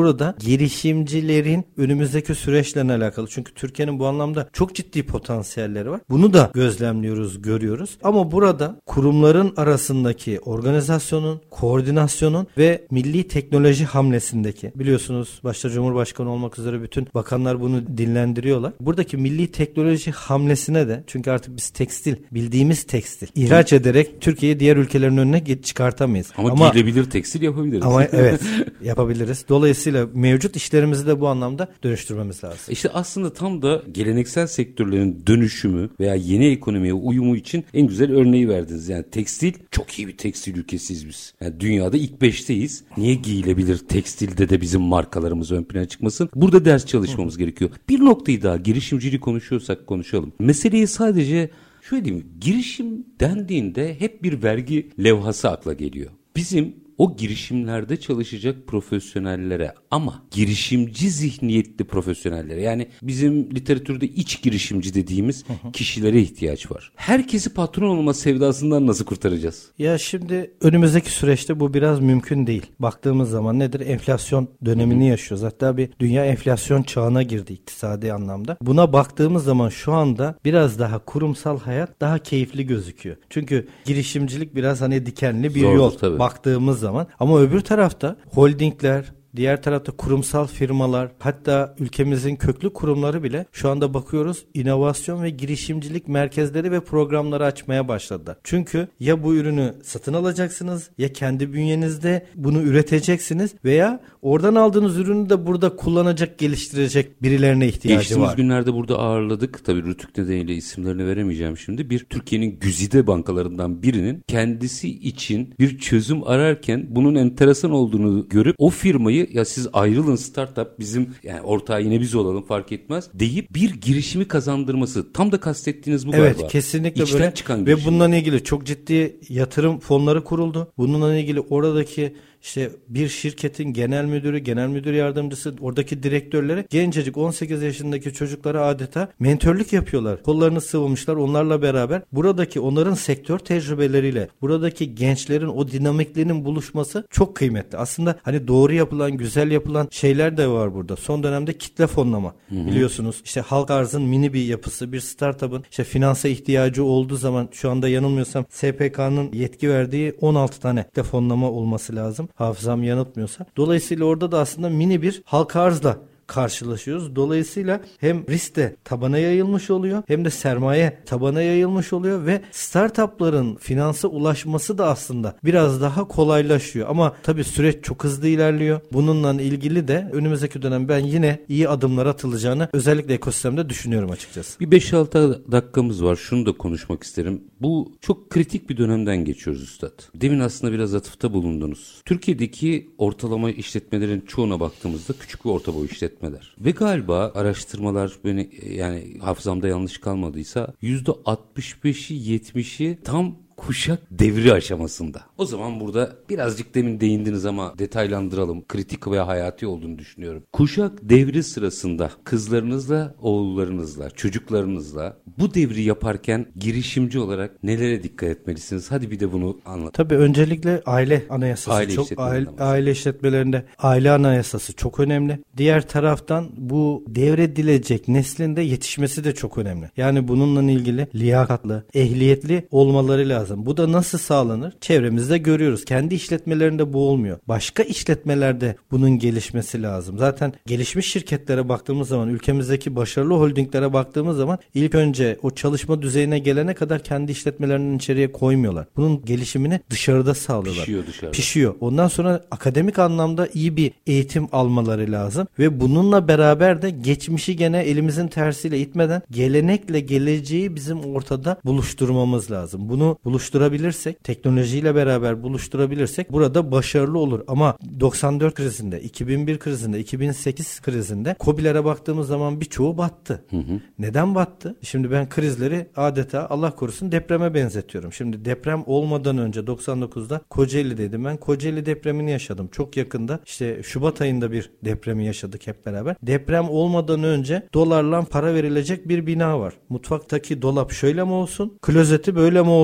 burada girişimcilerin önümüzdeki süreçle alakalı. Çünkü Türkiye'nin bu anlamda çok ciddi potansiyelleri var. Bunu da gözlemliyoruz, görüyoruz. Ama burada kurumların arasındaki organizasyonun, koordinasyonun ve milli teknoloji hamlesindeki, biliyorsunuz başta Cumhurbaşkanı olmak üzere bütün bakanlar bunu dinlendiriyorlar. Buradaki milli teknoloji hamlesine de, çünkü artık biz tekstil, bildiğimiz tekstil ihraç ederek Türkiye'yi diğer ülkelerin önüne çıkartamayız. Ama, ama giyilebilir tekstil yapabiliriz. Ama evet, yapabiliriz. Dolayısıyla mevcut işlerimizi de bu anlamda dönüştürmemiz lazım. İşte aslında tam da geleneksel sektörlerin dönüşümü veya yeni ekonomiye uyumu için en güzel örneği verdiniz. Yani tekstil, çok iyi bir tekstil ülkesiyiz biz. Yani dünyada ilk beşteyiz. Niye giyilebilir tekstilde de bizim markalarımız ön plana çıkmasın? Burada ders çalışmamız Hı. gerekiyor. Bir noktayı daha, girişimciliği konuşuyorsak konuşalım. Meseleyi sadece şöyle diyeyim, girişim dendiğinde hep bir vergi levhası akla geliyor. Bizim o girişimlerde çalışacak profesyonellere, ama girişimci zihniyetli profesyonellere, yani bizim literatürde iç girişimci dediğimiz hı hı. kişilere ihtiyaç var. Herkesi patron olma sevdasından nasıl kurtaracağız? Ya şimdi önümüzdeki süreçte bu biraz mümkün değil. Baktığımız zaman nedir? Enflasyon dönemini hı hı. yaşıyoruz. Hatta bir dünya enflasyon çağına girdi iktisadi anlamda. Buna baktığımız zaman şu anda biraz daha kurumsal hayat daha keyifli gözüküyor. Çünkü girişimcilik biraz hani dikenli bir Zordur, yol. Tabii. Baktığımız zaman, ama öbür tarafta holdingler, diğer tarafta kurumsal firmalar, hatta ülkemizin köklü kurumları bile şu anda bakıyoruz inovasyon ve girişimcilik merkezleri ve programları açmaya başladılar. Çünkü ya bu ürünü satın alacaksınız, ya kendi bünyenizde bunu üreteceksiniz, veya oradan aldığınız ürünü de burada kullanacak, geliştirecek birilerine ihtiyacı Geçtiğimiz var. Geçtiğimiz günlerde burada ağırladık. Tabii Rütük nedeniyle isimlerini veremeyeceğim şimdi. Bir Türkiye'nin güzide bankalarından birinin kendisi için bir çözüm ararken bunun enteresan olduğunu görüp o firmayı, ya siz ayrılın startup, bizim yani ortağı yine biz olalım fark etmez deyip bir girişimi kazandırması. Tam da kastettiğiniz bu evet, galiba. Evet, kesinlikle İçten böyle. Çıkan ve bununla ilgili çok ciddi yatırım fonları kuruldu. Bununla ilgili oradaki İşte bir şirketin genel müdürü, genel müdür yardımcısı, oradaki direktörlere gencecik on sekiz yaşındaki çocuklara adeta mentörlük yapıyorlar. Kollarını sıvamışlar onlarla beraber. Buradaki onların sektör tecrübeleriyle buradaki gençlerin o dinamiklerinin buluşması çok kıymetli. Aslında hani doğru yapılan, güzel yapılan şeyler de var burada. Son dönemde kitle fonlama, hı hı. biliyorsunuz. İşte halk arzın mini bir yapısı, bir startup'ın işte finansa ihtiyacı olduğu zaman, şu anda yanılmıyorsam S P K'nın yetki verdiği on altı tane kitle fonlama olması lazım. Hafızam yanıltmıyorsa. Dolayısıyla orada da aslında mini bir halka arzla karşılaşıyoruz. Dolayısıyla hem risk de tabana yayılmış oluyor, hem de sermaye tabana yayılmış oluyor ve startupların finansa ulaşması da aslında biraz daha kolaylaşıyor. Ama tabii süreç çok hızlı ilerliyor. Bununla ilgili de önümüzdeki dönem ben yine iyi adımlar atılacağını özellikle ekosistemde düşünüyorum açıkçası. Bir beş altı dakikamız var. Şunu da konuşmak isterim. Bu çok kritik bir dönemden geçiyoruz üstad. Demin aslında biraz atıfta bulundunuz. Türkiye'deki ortalama işletmelerin çoğuna baktığımızda küçük ve orta boy işletmeler. Ve galiba araştırmalar beni, yani hafızamda yanlış kalmadıysa yüzde altmış beşi yetmişi tam kuşak devri aşamasında. O zaman burada birazcık demin değindiniz ama detaylandıralım. Kritik ve hayati olduğunu düşünüyorum. Kuşak devri sırasında kızlarınızla, oğullarınızla, çocuklarınızla bu devri yaparken girişimci olarak nelere dikkat etmelisiniz? Hadi bir de bunu anlat. Tabii öncelikle aile anayasası aile çok aile, aile işletmelerinde aile anayasası çok önemli. Diğer taraftan bu devredilecek neslin de yetişmesi de çok önemli. Yani bununla ilgili liyakatlı, ehliyetli olmaları lazım. Bu da nasıl sağlanır? Çevremizde görüyoruz. Kendi işletmelerinde bu olmuyor. Başka işletmelerde bunun gelişmesi lazım. Zaten gelişmiş şirketlere baktığımız zaman, ülkemizdeki başarılı holdinglere baktığımız zaman ilk önce o çalışma düzeyine gelene kadar kendi işletmelerinin içeriye koymuyorlar. Bunun gelişimini dışarıda sağlıyorlar. Pişiyor dışarıda. Pişiyor. Ondan sonra akademik anlamda iyi bir eğitim almaları lazım ve bununla beraber de geçmişi gene elimizin tersiyle itmeden gelenekle geleceği bizim ortada buluşturmamız lazım. Bunu buluşturabilirsek, teknolojiyle beraber buluşturabilirsek burada başarılı olur. Ama doksan dört krizinde, iki bin bir krizinde, iki bin sekiz krizinde KOBİ'lere baktığımız zaman birçoğu battı. Hı hı. Neden battı? Şimdi ben krizleri adeta Allah korusun depreme benzetiyorum. Şimdi deprem olmadan önce doksan dokuzda Kocaeli'deydim ben. Kocaeli depremini yaşadım. Çok yakında işte Şubat ayında bir depremi yaşadık hep beraber. Deprem olmadan önce dolarla para verilecek bir bina var. Mutfaktaki dolap şöyle mi olsun, klozeti böyle mi olsun diye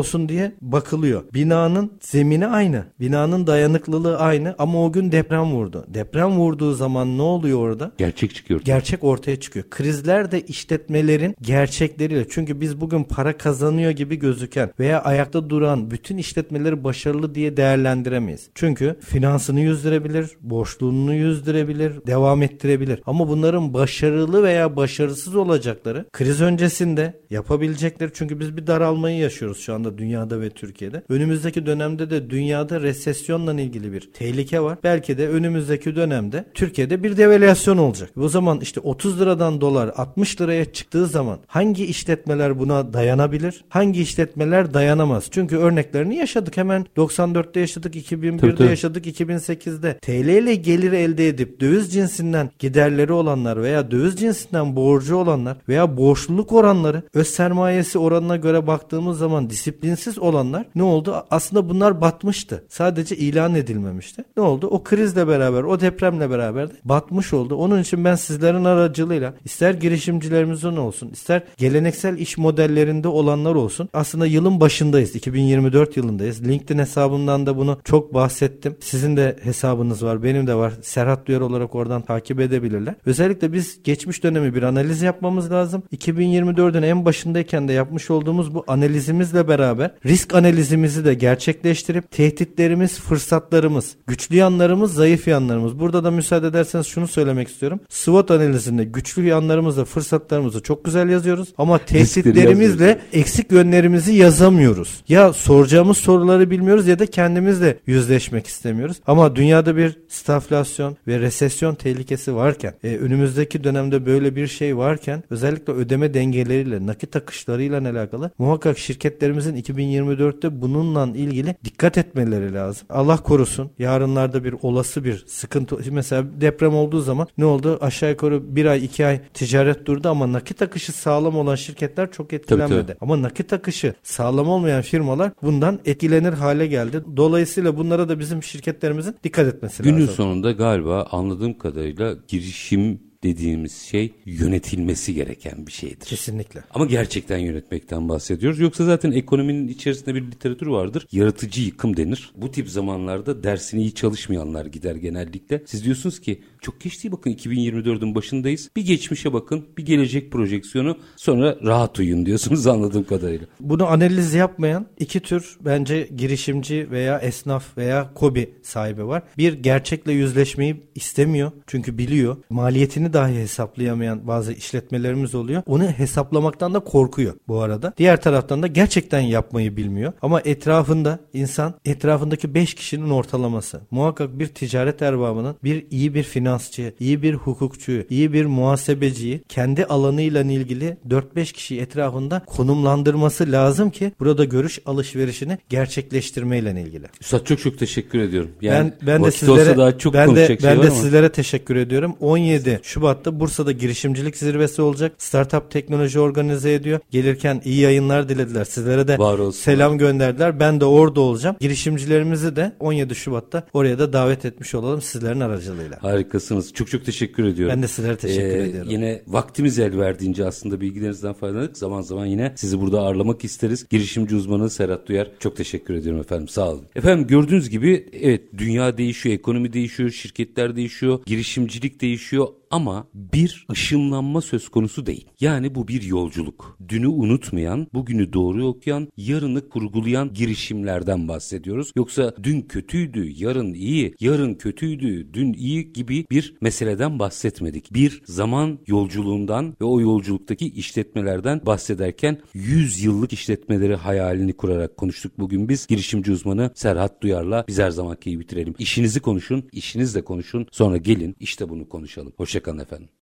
Şimdi bakılıyor. Binanın zemini aynı. Binanın dayanıklılığı aynı ama o gün deprem vurdu. Deprem vurduğu zaman ne oluyor orada? Gerçek çıkıyor. Gerçek ortaya çıkıyor. Krizler de işletmelerin gerçekleriyle. Çünkü biz bugün para kazanıyor gibi gözüken veya ayakta duran bütün işletmeleri başarılı diye değerlendiremeyiz. Çünkü finansını yüzdürebilir, borçluluğunu yüzdürebilir, devam ettirebilir. Ama bunların başarılı veya başarısız olacakları kriz öncesinde yapabilecekleri, çünkü biz bir daralmayı yaşıyoruz şu anda dünyada ve Türkiye'de. Önümüzdeki dönemde de dünyada resesyonla ilgili bir tehlike var. Belki de önümüzdeki dönemde Türkiye'de bir devalüasyon olacak. O zaman işte otuz liradan dolar altmış liraya çıktığı zaman hangi işletmeler buna dayanabilir? Hangi işletmeler dayanamaz? Çünkü örneklerini yaşadık. Hemen doksan dörtte yaşadık, iki bin birde tabii, tabii. yaşadık, iki bin sekizde. T L ile gelir elde edip döviz cinsinden giderleri olanlar veya döviz cinsinden borcu olanlar veya borçluluk oranları öz sermayesi oranına göre baktığımız zaman disiplinsiz olanlar ne oldu? Aslında bunlar batmıştı. Sadece ilan edilmemişti. Ne oldu? O krizle beraber, o depremle beraber de batmış oldu. Onun için ben sizlerin aracılığıyla ister girişimcilerimizin olsun, ister geleneksel iş modellerinde olanlar olsun. Aslında yılın başındayız. iki bin yirmi dört yılındayız. LinkedIn hesabımdan da bunu çok bahsettim. Sizin de hesabınız var, benim de var. Serhat Duyar olarak oradan takip edebilirler. Özellikle biz geçmiş dönemi bir analiz yapmamız lazım. iki bin yirmi dördün en başındayken de yapmış olduğumuz bu analizimizle beraber risk analizimizi de gerçekleştirip tehditlerimiz, fırsatlarımız, güçlü yanlarımız, zayıf yanlarımız. Burada da müsaade ederseniz şunu söylemek istiyorum. SWOT analizinde güçlü yanlarımızla fırsatlarımızı çok güzel yazıyoruz ama tehditlerimizle eksik yönlerimizi yazamıyoruz. Ya soracağımız soruları bilmiyoruz ya da kendimizle yüzleşmek istemiyoruz. Ama dünyada bir stagflasyon ve resesyon tehlikesi varken, e, önümüzdeki dönemde böyle bir şey varken özellikle ödeme dengeleriyle, nakit akışlarıyla alakalı muhakkak şirketlerimizin iki bin yirmi dörtte bununla ilgili dikkat etmeleri lazım. Allah korusun yarınlarda bir olası bir sıkıntı, mesela deprem olduğu zaman ne oldu? Aşağı yukarı bir ay iki ay ticaret durdu ama nakit akışı sağlam olan şirketler çok etkilenmedi. Tabii, tabii. Ama nakit akışı sağlam olmayan firmalar bundan etkilenir hale geldi. Dolayısıyla bunlara da bizim şirketlerimizin dikkat etmesi Günün lazım. Günün sonunda galiba anladığım kadarıyla girişim dediğimiz şey yönetilmesi gereken bir şeydir. Kesinlikle. Ama gerçekten yönetmekten bahsediyoruz. Yoksa zaten ekonominin içerisinde bir literatür vardır. Yaratıcı yıkım denir. Bu tip zamanlarda dersini iyi çalışmayanlar gider genellikle. Siz diyorsunuz ki çok geç değil, bakın iki bin yirmi dördün başındayız. Bir geçmişe bakın, bir gelecek projeksiyonu, sonra rahat uyuyun diyorsunuz anladığım kadarıyla. Bunu analiz yapmayan iki tür bence girişimci veya esnaf veya KOBİ sahibi var. Bir, gerçekle yüzleşmeyi istemiyor çünkü biliyor. Maliyetini dahi hesaplayamayan bazı işletmelerimiz oluyor. Onu hesaplamaktan da korkuyor bu arada. Diğer taraftan da gerçekten yapmayı bilmiyor. Ama etrafında insan, etrafındaki beş kişinin ortalaması. Muhakkak bir ticaret erbabının, bir iyi bir finansçı, iyi bir hukukçu, iyi bir muhasebeciyi kendi alanıyla ilgili dört beş kişi etrafında konumlandırması lazım ki burada görüş alışverişini gerçekleştirmeyle ilgili. Üstad çok çok teşekkür ediyorum. Yani ben ben de sizlere daha çok ben de şey ben de ama. sizlere teşekkür ediyorum. on yedi Şubat'ta Bursa'da girişimcilik zirvesi olacak. Startup Teknoloji organize ediyor. Gelirken iyi yayınlar dilediler. Sizlere de selam gönderdiler. Ben de orada olacağım. Girişimcilerimizi de on yedi Şubat'ta oraya da davet etmiş olalım sizlerin aracılığıyla. Harikasınız. Çok çok teşekkür ediyorum. Ben de sizlere teşekkür ee, ediyorum. Yine vaktimiz el verdiğince aslında bilgilerinizden faydalandık. Zaman zaman yine sizi burada ağırlamak isteriz. Girişimci uzmanı Serhat Duyar. Çok teşekkür ediyorum efendim. Sağ olun. Efendim gördüğünüz gibi evet, dünya değişiyor, ekonomi değişiyor, şirketler değişiyor, girişimcilik değişiyor. Ama bir ışınlanma söz konusu değil. Yani bu bir yolculuk. Dünü unutmayan, bugünü doğru okuyan, yarını kurgulayan girişimlerden bahsediyoruz. Yoksa dün kötüydü, yarın iyi, yarın kötüydü, dün iyi gibi bir meseleden bahsetmedik. Bir zaman yolculuğundan ve o yolculuktaki işletmelerden bahsederken yüz yıllık işletmeleri hayalini kurarak konuştuk bugün biz. Girişimci uzmanı Serhat Duyar'la biz her zamanki gibi bitirelim. İşinizi konuşun, işinizle konuşun, sonra gelin işte bunu konuşalım. Hoşça kalın efendim.